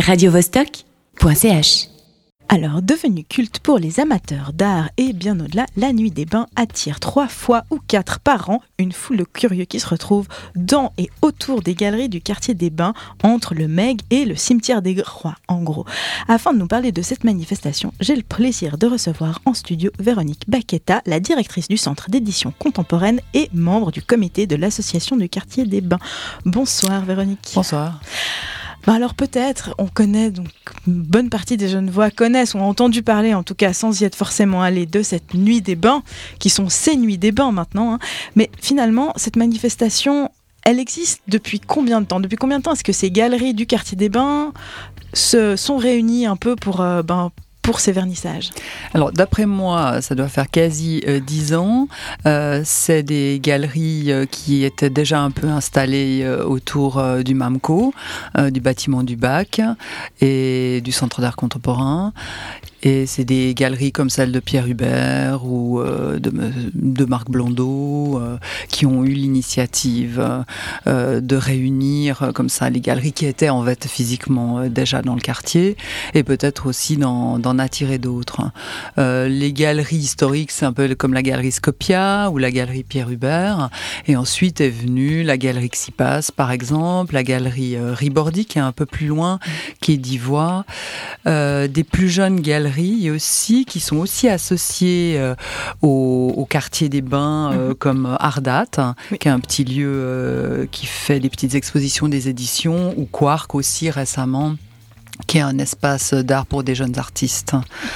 radiovostok.ch. Alors, devenu culte pour les amateurs d'art et bien au-delà, la Nuit des Bains attire 3 fois ou 4 par an une foule de curieux qui se retrouvent dans et autour des galeries du quartier des Bains, entre le Meg et le cimetière des Rois, en gros. Afin de nous parler de cette manifestation, j'ai le plaisir de recevoir en studio Véronique Baqueta, la directrice du Centre d'édition contemporaine et membre du comité de l'association du quartier des Bains. Bonsoir Véronique. Bonsoir. Alors peut-être, on connaît, donc une bonne partie des Genevois connaissent ou ont entendu parler, en tout cas sans y être forcément allés, de cette Nuit des Bains, qui sont ces Nuits des Bains maintenant. Mais finalement, cette manifestation, elle existe depuis combien de temps ? Depuis combien de temps est-ce que ces galeries du quartier des Bains se sont réunies un peu pour ces vernissages ? Alors, d'après moi, ça doit faire quasi 10 ans. C'est des galeries qui étaient déjà un peu installées autour du MAMCO, du bâtiment du Bac et du Centre d'art contemporain. Et c'est des galeries comme celle de Pierre Hubert ou de Marc Blondeau qui ont eu l'initiative de réunir comme ça les galeries qui étaient en fait physiquement déjà dans le quartier et peut-être aussi d'en attirer d'autres. Les galeries historiques, c'est un peu comme la galerie Scopia ou la galerie Pierre Hubert. Et ensuite est venue la galerie Xipas, par exemple, la galerie Ribordi qui est un peu plus loin, qui est d'Ivoire. Des plus jeunes galeries aussi, qui sont aussi associées au quartier des Bains, comme Ardat, qui est un petit lieu qui fait des petites expositions des éditions, ou Quark aussi récemment, qui est un espace d'art pour des jeunes artistes.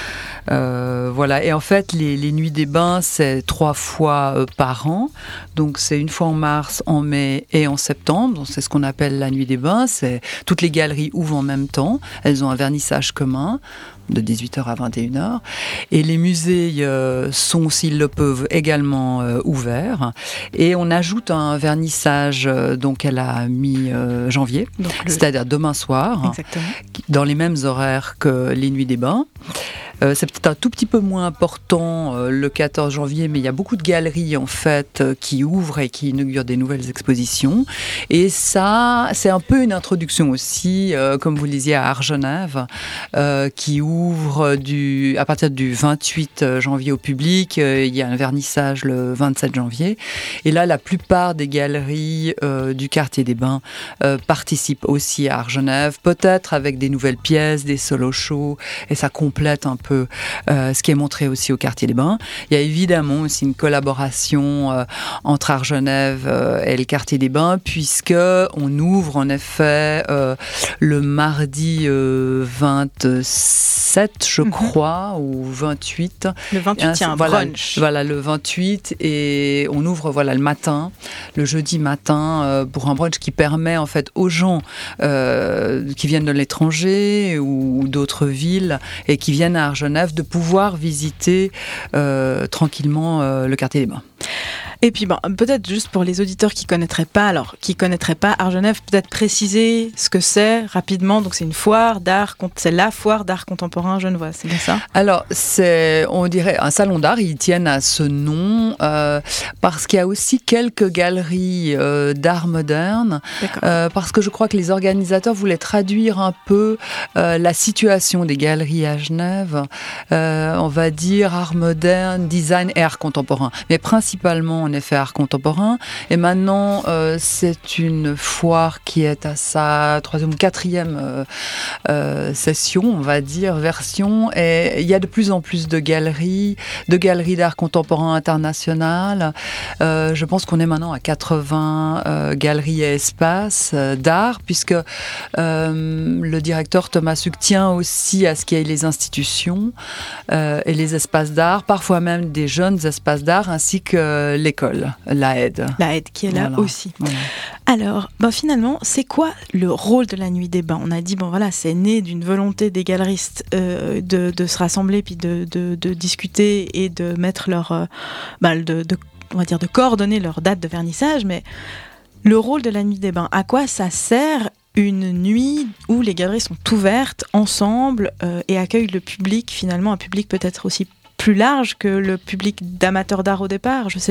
Voilà. Et en fait, les Nuits des Bains, c'est 3 fois par an. Donc, c'est une fois en mars, en mai et en septembre. Donc, c'est ce qu'on appelle la Nuit des Bains. Toutes les galeries ouvrent en même temps. Elles ont un vernissage commun de 18h à 21h. Et les musées sont, s'ils le peuvent, également ouverts. Et on ajoute un vernissage donc à la mi-janvier, c'est-à-dire demain soir, exactement, dans les mêmes horaires que les Nuits des Bains. C'est peut-être un tout petit peu moins important le 14 janvier, mais il y a beaucoup de galeries en fait qui ouvrent et qui inaugurent des nouvelles expositions. Et ça, c'est un peu une introduction aussi, comme vous le disiez, à Argenève, qui ouvre à partir du 28 janvier au public. Il y a un vernissage le 27 janvier. Et là, la plupart des galeries du quartier des Bains participent aussi à Argenève, peut-être avec des nouvelles pièces, des solo shows, et ça complète un peu ce qui est montré aussi au quartier des Bains. Il y a évidemment aussi une collaboration entre Argenève et le quartier des Bains, puisque on ouvre en effet le mardi 27, je crois, ou 28. Le 28, il y a un brunch. Voilà, le 28, et on ouvre le matin, le jeudi matin, pour un brunch qui permet en fait aux gens qui viennent de l'étranger ou d'autres villes et qui viennent à Argenève de pouvoir visiter tranquillement le quartier des Bains. Et puis peut-être juste pour les auditeurs qui connaîtraient pas Argenève, peut-être préciser ce que c'est rapidement. Donc c'est une foire d'art, c'est la foire d'art contemporain genevois, c'est bien ça ? Alors c'est, on dirait, un salon d'art. Ils tiennent à ce nom parce qu'il y a aussi quelques galeries d'art moderne. Parce que je crois que les organisateurs voulaient traduire un peu la situation des galeries à Genève. On va dire art moderne, design et art contemporain, mais principalement en effet art contemporain. Et maintenant, c'est une foire qui est à sa 3e ou 4e session, on va dire, version. Et il y a de plus en plus de galeries d'art contemporain international. Je pense qu'on est maintenant à 80 galeries et espaces d'art, puisque le directeur Thomas Suc tient aussi à ce qu'il y ait les institutions et les espaces d'art, parfois même des jeunes espaces d'art, ainsi que l'école, l'AED. L'AED qui est là aussi. Voilà. Alors, finalement, c'est quoi le rôle de la Nuit des Bains ? On a dit, c'est né d'une volonté des galeristes de se rassembler, puis de discuter et de mettre on va dire, de coordonner leur date de vernissage, mais le rôle de la Nuit des Bains, à quoi ça sert une nuit où les galeries sont ouvertes ensemble et accueillent le public, finalement, un public peut-être aussi plus large que le public d'amateurs d'art au départ, je sais pas.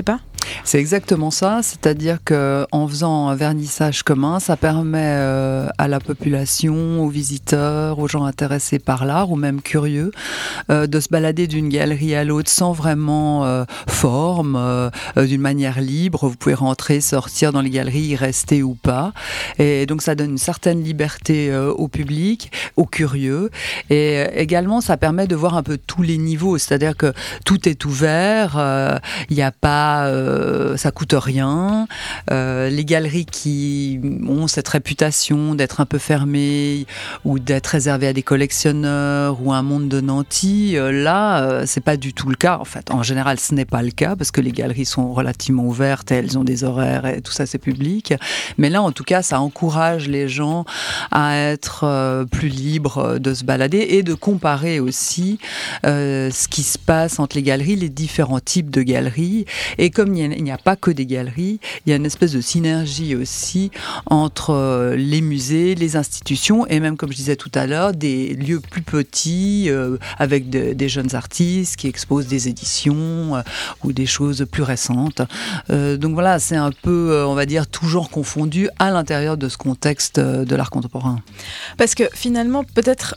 C'est exactement ça, c'est-à-dire qu'en faisant un vernissage commun, ça permet à la population, aux visiteurs, aux gens intéressés par l'art ou même curieux, de se balader d'une galerie à l'autre sans vraiment forme, d'une manière libre. Vous pouvez rentrer, sortir dans les galeries, y rester ou pas. Et donc ça donne une certaine liberté au public, aux curieux. Et également, ça permet de voir un peu tous les niveaux, c'est-à-dire que tout est ouvert, il n'y a pas, ça coûte rien. Les galeries qui ont cette réputation d'être un peu fermées ou d'être réservées à des collectionneurs ou à un monde de nantis, là, c'est pas du tout le cas. En fait, en général, ce n'est pas le cas parce que les galeries sont relativement ouvertes et elles ont des horaires et tout ça, c'est public. Mais là, en tout cas, ça encourage les gens à être plus libres de se balader et de comparer aussi ce qui se passe entre les galeries, les différents types de galeries. Et comme il n'y a pas que des galeries, il y a une espèce de synergie aussi entre les musées, les institutions et même, comme je disais tout à l'heure, des lieux plus petits avec des jeunes artistes qui exposent des éditions ou des choses plus récentes. Donc voilà, c'est un peu, on va dire, toujours confondu à l'intérieur de ce contexte de l'art contemporain. Parce que finalement, peut-être...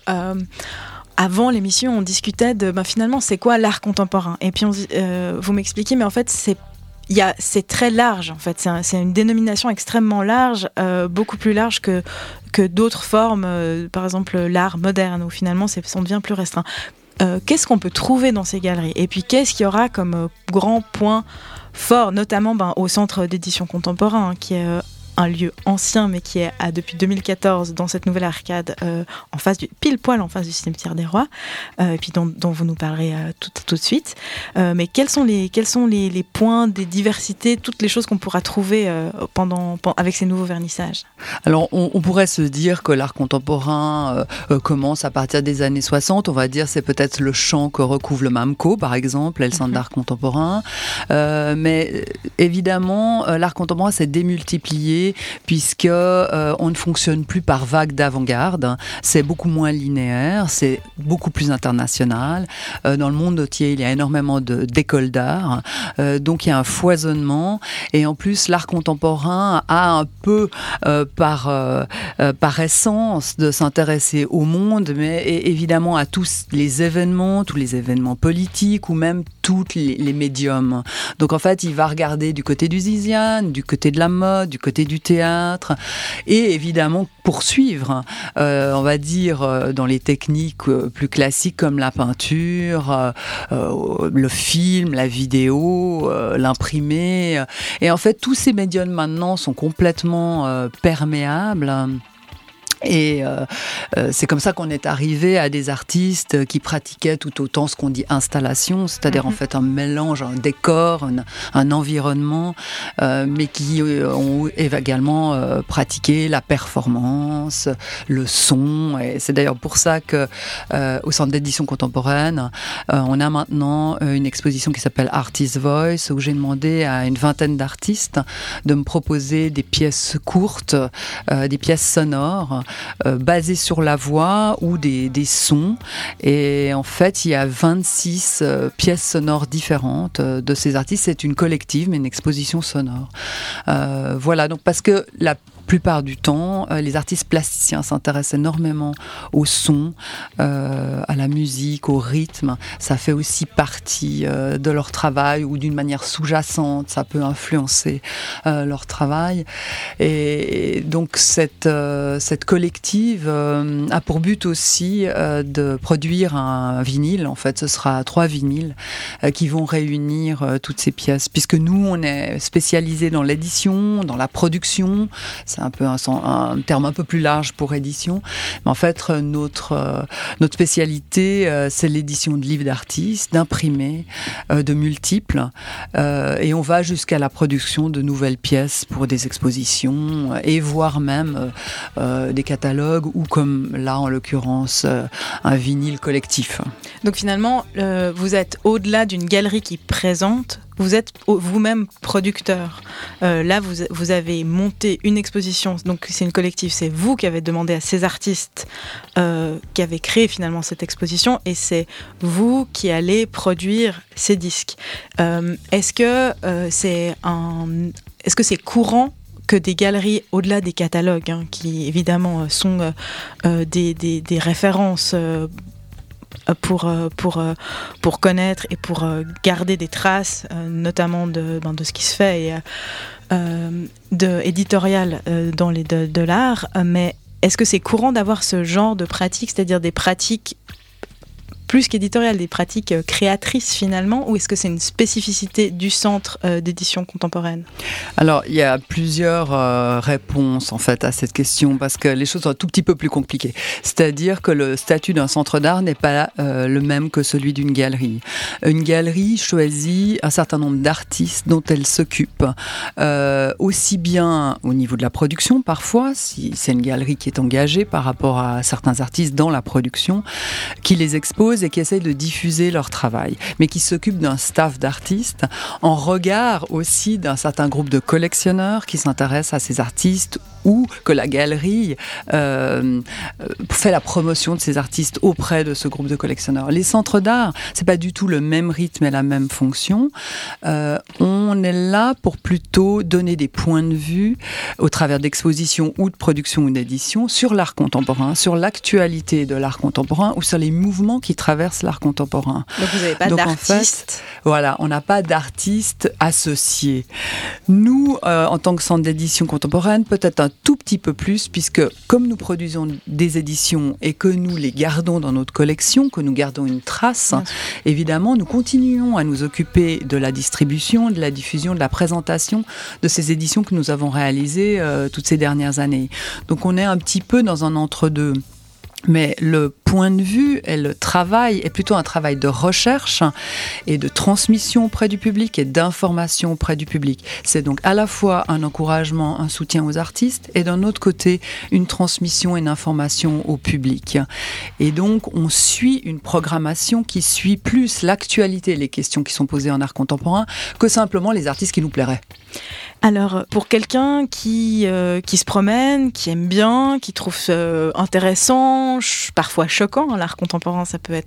avant l'émission, on discutait de finalement c'est quoi l'art contemporain. Et puis vous m'expliquez, mais en fait c'est très large. En fait, c'est une dénomination extrêmement large, beaucoup plus large que d'autres formes. Par exemple, l'art moderne, où finalement ça devient plus restreint. Qu'est-ce qu'on peut trouver dans ces galeries ? Et puis qu'est-ce qu'il y aura comme grand point fort, notamment au Centre d'édition contemporain, qui est un lieu ancien, mais qui est depuis 2014 dans cette nouvelle arcade, pile poil en face du cimetière des Rois, et puis dont vous nous parlerez tout de suite. Mais quels sont les points des diversités, toutes les choses qu'on pourra trouver avec ces nouveaux vernissages ? Alors, on pourrait se dire que l'art contemporain commence à partir des années 60. On va dire c'est peut-être le champ que recouvre le MAMCO, par exemple, le Centre d'art contemporain. Mais évidemment, l'art contemporain s'est démultiplié puisque on ne fonctionne plus par vagues d'avant-garde. C'est beaucoup moins linéaire, c'est beaucoup plus international. Dans le monde entier, il y a énormément d'écoles d'art, donc il y a un foisonnement. Et en plus, l'art contemporain a un peu par essence de s'intéresser au monde, mais évidemment à tous les événements politiques ou même tous les médiums. Donc en fait, il va regarder du côté du zizane, du côté de la mode, du côté du théâtre, et évidemment poursuivre, on va dire, dans les techniques plus classiques comme la peinture, le film, la vidéo, l'imprimé. Et en fait, tous ces médiums maintenant sont complètement perméables. Et c'est comme ça qu'on est arrivé à des artistes qui pratiquaient tout autant ce qu'on dit installation, c'est-à-dire en fait un mélange, un décor, un environnement, mais qui ont également pratiqué la performance, le son. Et c'est d'ailleurs pour ça que au Centre d'édition contemporaine, on a maintenant une exposition qui s'appelle Artist Voice, où j'ai demandé à une vingtaine d'artistes de me proposer des pièces courtes, des pièces sonores, basées sur la voix ou des sons. Et en fait, il y a 26 pièces sonores différentes de ces artistes. C'est une collective, mais une exposition sonore. Voilà, donc parce que la plupart du temps, les artistes plasticiens s'intéressent énormément au son, à la musique, au rythme. Ça fait aussi partie de leur travail, ou d'une manière sous-jacente, ça peut influencer leur travail. Et donc cette collective a pour but aussi de produire un vinyle. En fait, ce sera 3 vinyles qui vont réunir toutes ces pièces. Puisque nous, on est spécialisés dans l'édition, dans la production. C'est un peu un terme un peu plus large pour édition. Mais en fait, notre spécialité, c'est l'édition de livres d'artistes, d'imprimés, de multiples. Et on va jusqu'à la production de nouvelles pièces pour des expositions et voire même des catalogues ou, comme là, en l'occurrence, un vinyle collectif. Donc finalement, vous êtes au-delà d'une galerie qui présente. vous êtes vous-même producteur. Là, vous avez monté une exposition, donc c'est une collective, c'est vous qui avez demandé à ces artistes qui avez créé finalement cette exposition, et c'est vous qui allez produire ces disques. Est-ce que c'est courant que des galeries, au-delà des catalogues, qui évidemment sont des références pour connaître et pour garder des traces, notamment de ce qui se fait éditorial de l'art, mais est-ce que c'est courant d'avoir ce genre de pratiques, c'est-à-dire des pratiques plus qu'éditoriales, des pratiques créatrices finalement, ou est-ce que c'est une spécificité du centre d'édition contemporaine ? Alors, il y a plusieurs réponses en fait à cette question, parce que les choses sont un tout petit peu plus compliquées. C'est-à-dire que le statut d'un centre d'art n'est pas le même que celui d'une galerie. Une galerie choisit un certain nombre d'artistes dont elle s'occupe, aussi bien au niveau de la production parfois, si c'est une galerie qui est engagée par rapport à certains artistes dans la production, qui les expose et qui essayent de diffuser leur travail, mais qui s'occupent d'un staff d'artistes en regard aussi d'un certain groupe de collectionneurs qui s'intéressent à ces artistes, ou que la galerie fait la promotion de ces artistes auprès de ce groupe de collectionneurs. Les centres d'art, c'est pas du tout le même rythme et la même fonction. On est là pour plutôt donner des points de vue au travers d'expositions ou de production ou d'édition sur l'art contemporain, sur l'actualité de l'art contemporain ou sur les mouvements qui traversent l'art contemporain. Donc vous n'avez pas d'artistes. En fait, voilà, on n'a pas d'artistes associés. Nous, en tant que centre d'édition contemporaine, peut-être un tout petit peu plus, puisque comme nous produisons des éditions et que nous les gardons dans notre collection, que nous gardons une trace, évidemment, nous continuons à nous occuper de la distribution, de la diffusion, de la présentation de ces éditions que nous avons réalisées toutes ces dernières années. Donc on est un petit peu dans un entre-deux. Mais le point de vue et le travail est plutôt un travail de recherche et de transmission auprès du public et d'information auprès du public. C'est donc à la fois un encouragement, un soutien aux artistes et d'un autre côté une transmission et une information au public. Et donc on suit une programmation qui suit plus l'actualité, les questions qui sont posées en art contemporain, que simplement les artistes qui nous plairaient. Alors, pour quelqu'un qui se promène, qui aime bien, qui trouve intéressant, parfois choquant, l'art contemporain, ça peut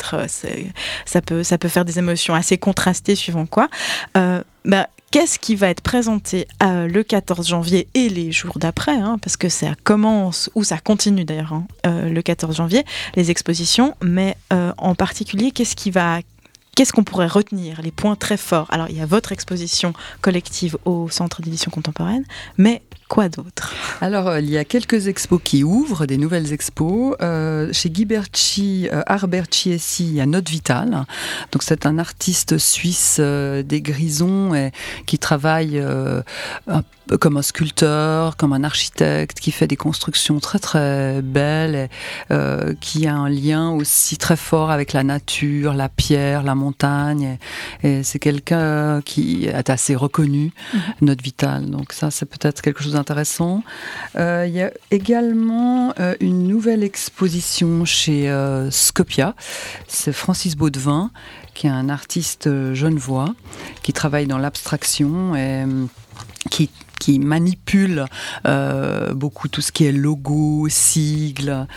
faire des émotions assez contrastées suivant quoi. Qu'est-ce qui va être présenté le 14 janvier et les jours d'après, parce que ça commence, ou ça continue d'ailleurs, le 14 janvier, les expositions, mais en particulier, qu'est-ce qu'on pourrait retenir, les points très forts? Alors, il y a votre exposition collective au Centre d'édition contemporaine, mais quoi d'autre? Alors, il y a quelques expos qui ouvrent, des nouvelles expos. Chez Guy Berchi, Art Berchiesi, il y a Note Vitale. Donc, c'est un artiste suisse des Grisons qui travaille comme un sculpteur, comme un architecte, qui fait des constructions très très belles, qui a un lien aussi très fort avec la nature, la pierre, la montagne. Et c'est quelqu'un qui est assez reconnu, Note Vitale. Donc ça, c'est peut-être quelque chose d'intéressant. Il y a également une nouvelle exposition chez Scopia. C'est Francis Baudevin, qui est un artiste genevois, qui travaille dans l'abstraction et qui manipule beaucoup tout ce qui est logo, sigle,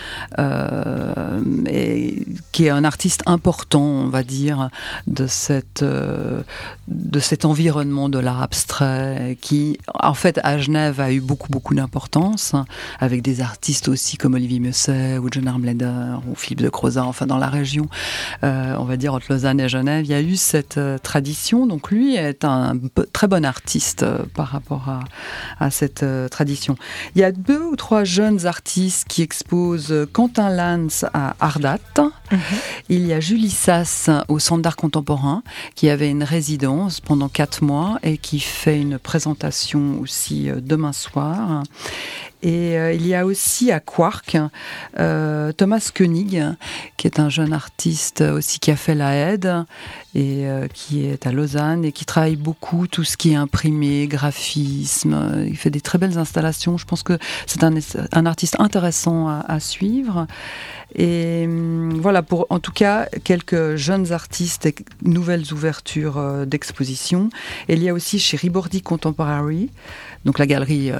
et qui est un artiste important, on va dire, de cet environnement de l'art abstrait, qui, en fait, à Genève, a eu beaucoup d'importance, avec des artistes aussi comme Olivier Musset, ou John Armleder, ou Philippe de Crozat, enfin, dans la région, on va dire, entre Lausanne et Genève, il y a eu cette tradition. Donc, lui est un très bon artiste par rapport à cette tradition. Il y a 2 ou 3 jeunes artistes qui exposent. Quentin Lanz à Ardat. Il y a Julie Sass au Centre d'art contemporain, qui avait une résidence pendant 4 mois et qui fait une présentation aussi demain soir. Et il y a aussi à Quark Thomas Koenig, qui est un jeune artiste aussi qui a fait la aide et qui est à Lausanne et qui travaille beaucoup tout ce qui est imprimé, graphisme. Il fait des très belles installations. Je pense que c'est un artiste intéressant à suivre. Et voilà, voilà, pour en tout cas quelques jeunes artistes et nouvelles ouvertures d'exposition. Et il y a aussi chez Ribordi Contemporary, donc la galerie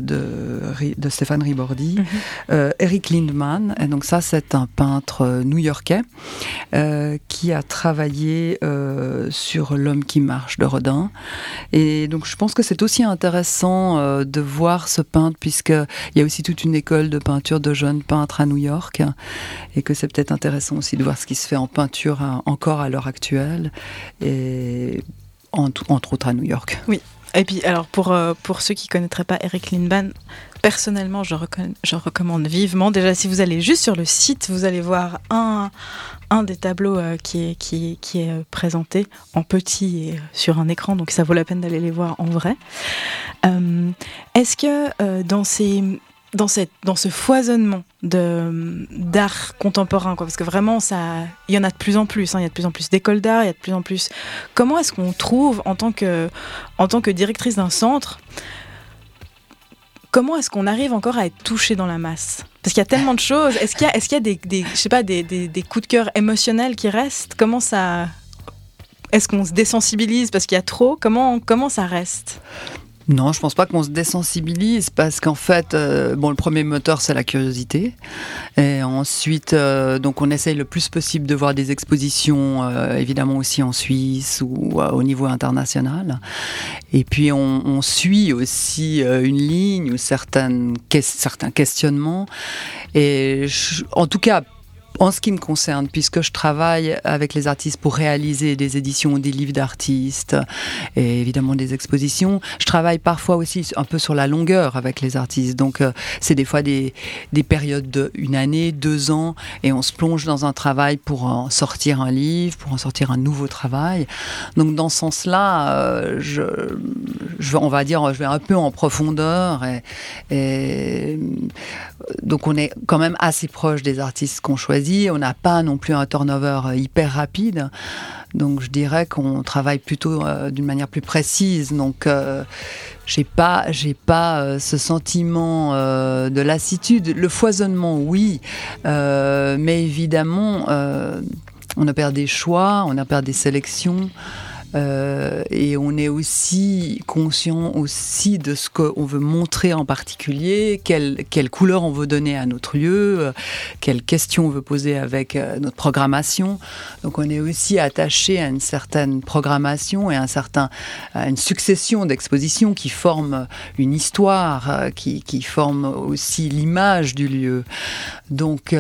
de Stéphane Ribordi, Eric Lindman. Et donc ça, c'est un peintre new-yorkais qui a travaillé sur L'homme qui marche de Rodin. Et donc je pense que c'est aussi intéressant de voir ce peintre, puisqu'il y a aussi toute une école de peinture de jeunes peintres à New York, et que c'est peut-être intéressant aussi de voir ce qui se fait en peinture encore à l'heure actuelle, et entre autres à New York. Oui. Et puis, alors, pour ceux qui ne connaîtraient pas Eric Lindman, personnellement, je recommande vivement. Déjà, si vous allez juste sur le site, vous allez voir un des tableaux qui est présenté en petit et sur un écran, donc ça vaut la peine d'aller les voir en vrai. Est-ce que dans ce foisonnement d'art contemporain, parce que vraiment il y en a de plus en plus, il y a de plus en plus d'écoles d'art, il y a de plus en plus. Comment est-ce qu'on trouve en tant que directrice d'un centre, comment est-ce qu'on arrive encore à être touché dans la masse? Parce qu'il y a tellement de choses. Est-ce qu'il y a des coups de cœur émotionnels qui restent? Comment ça? Est-ce qu'on se désensibilise parce qu'il y a trop? Comment ça reste? Non, je pense pas qu'on se désensibilise, parce qu'en fait, le premier moteur, c'est la curiosité. Et ensuite, donc on essaye le plus possible de voir des expositions, évidemment aussi en Suisse ou au niveau international. Et puis on suit aussi une ligne ou certains questionnements. Et en tout cas, en ce qui me concerne, puisque je travaille avec les artistes pour réaliser des éditions, des livres d'artistes et évidemment des expositions, je travaille parfois aussi un peu sur la longueur avec les artistes. Donc c'est des fois des périodes d'1 année, 2 ans, et on se plonge dans un travail pour en sortir un livre, pour en sortir un nouveau travail. Donc dans ce sens-là, on va dire, je vais un peu en profondeur, et donc on est quand même assez proche des artistes qu'on choisit. On n'a pas non plus un turnover hyper rapide, donc je dirais qu'on travaille plutôt d'une manière plus précise. Donc j'ai pas ce sentiment de lassitude. Le foisonnement, oui, mais évidemment on opère des choix, on opère des sélections. Et on est aussi conscient aussi de ce qu'on veut montrer en particulier, quelle couleur on veut donner à notre lieu, quelles questions on veut poser avec notre programmation. Donc on est aussi attaché à une certaine programmation et à une succession d'expositions qui forment une histoire, qui forment aussi l'image du lieu. Donc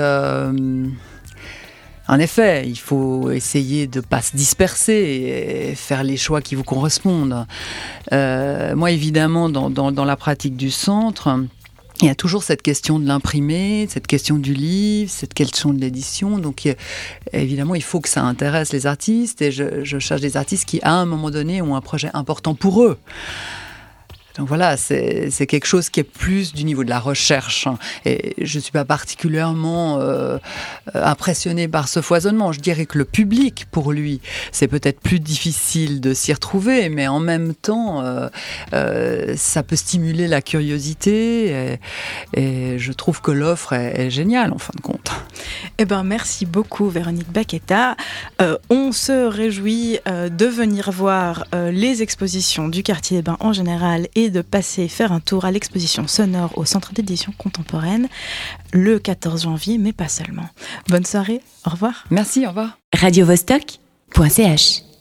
en effet, il faut essayer de ne pas se disperser et faire les choix qui vous correspondent. Moi, évidemment, dans la pratique du centre, il y a toujours cette question de l'imprimé, cette question du livre, cette question de l'édition. Donc, évidemment, il faut que ça intéresse les artistes, et je cherche des artistes qui, à un moment donné, ont un projet important pour eux. Donc voilà, c'est quelque chose qui est plus du niveau de la recherche. Et je ne suis pas particulièrement impressionnée par ce foisonnement. Je dirais que le public, pour lui, c'est peut-être plus difficile de s'y retrouver, mais en même temps, ça peut stimuler la curiosité. Et je trouve que l'offre est géniale, en fin de compte. Eh ben, merci beaucoup, Véronique Baqueta. On se réjouit de venir voir les expositions du Quartier des Bains en général, et de faire un tour à l'exposition sonore au Centre d'édition contemporaine le 14 janvier, mais pas seulement. Bonne soirée, au revoir. Merci, au revoir. radiovostok.ch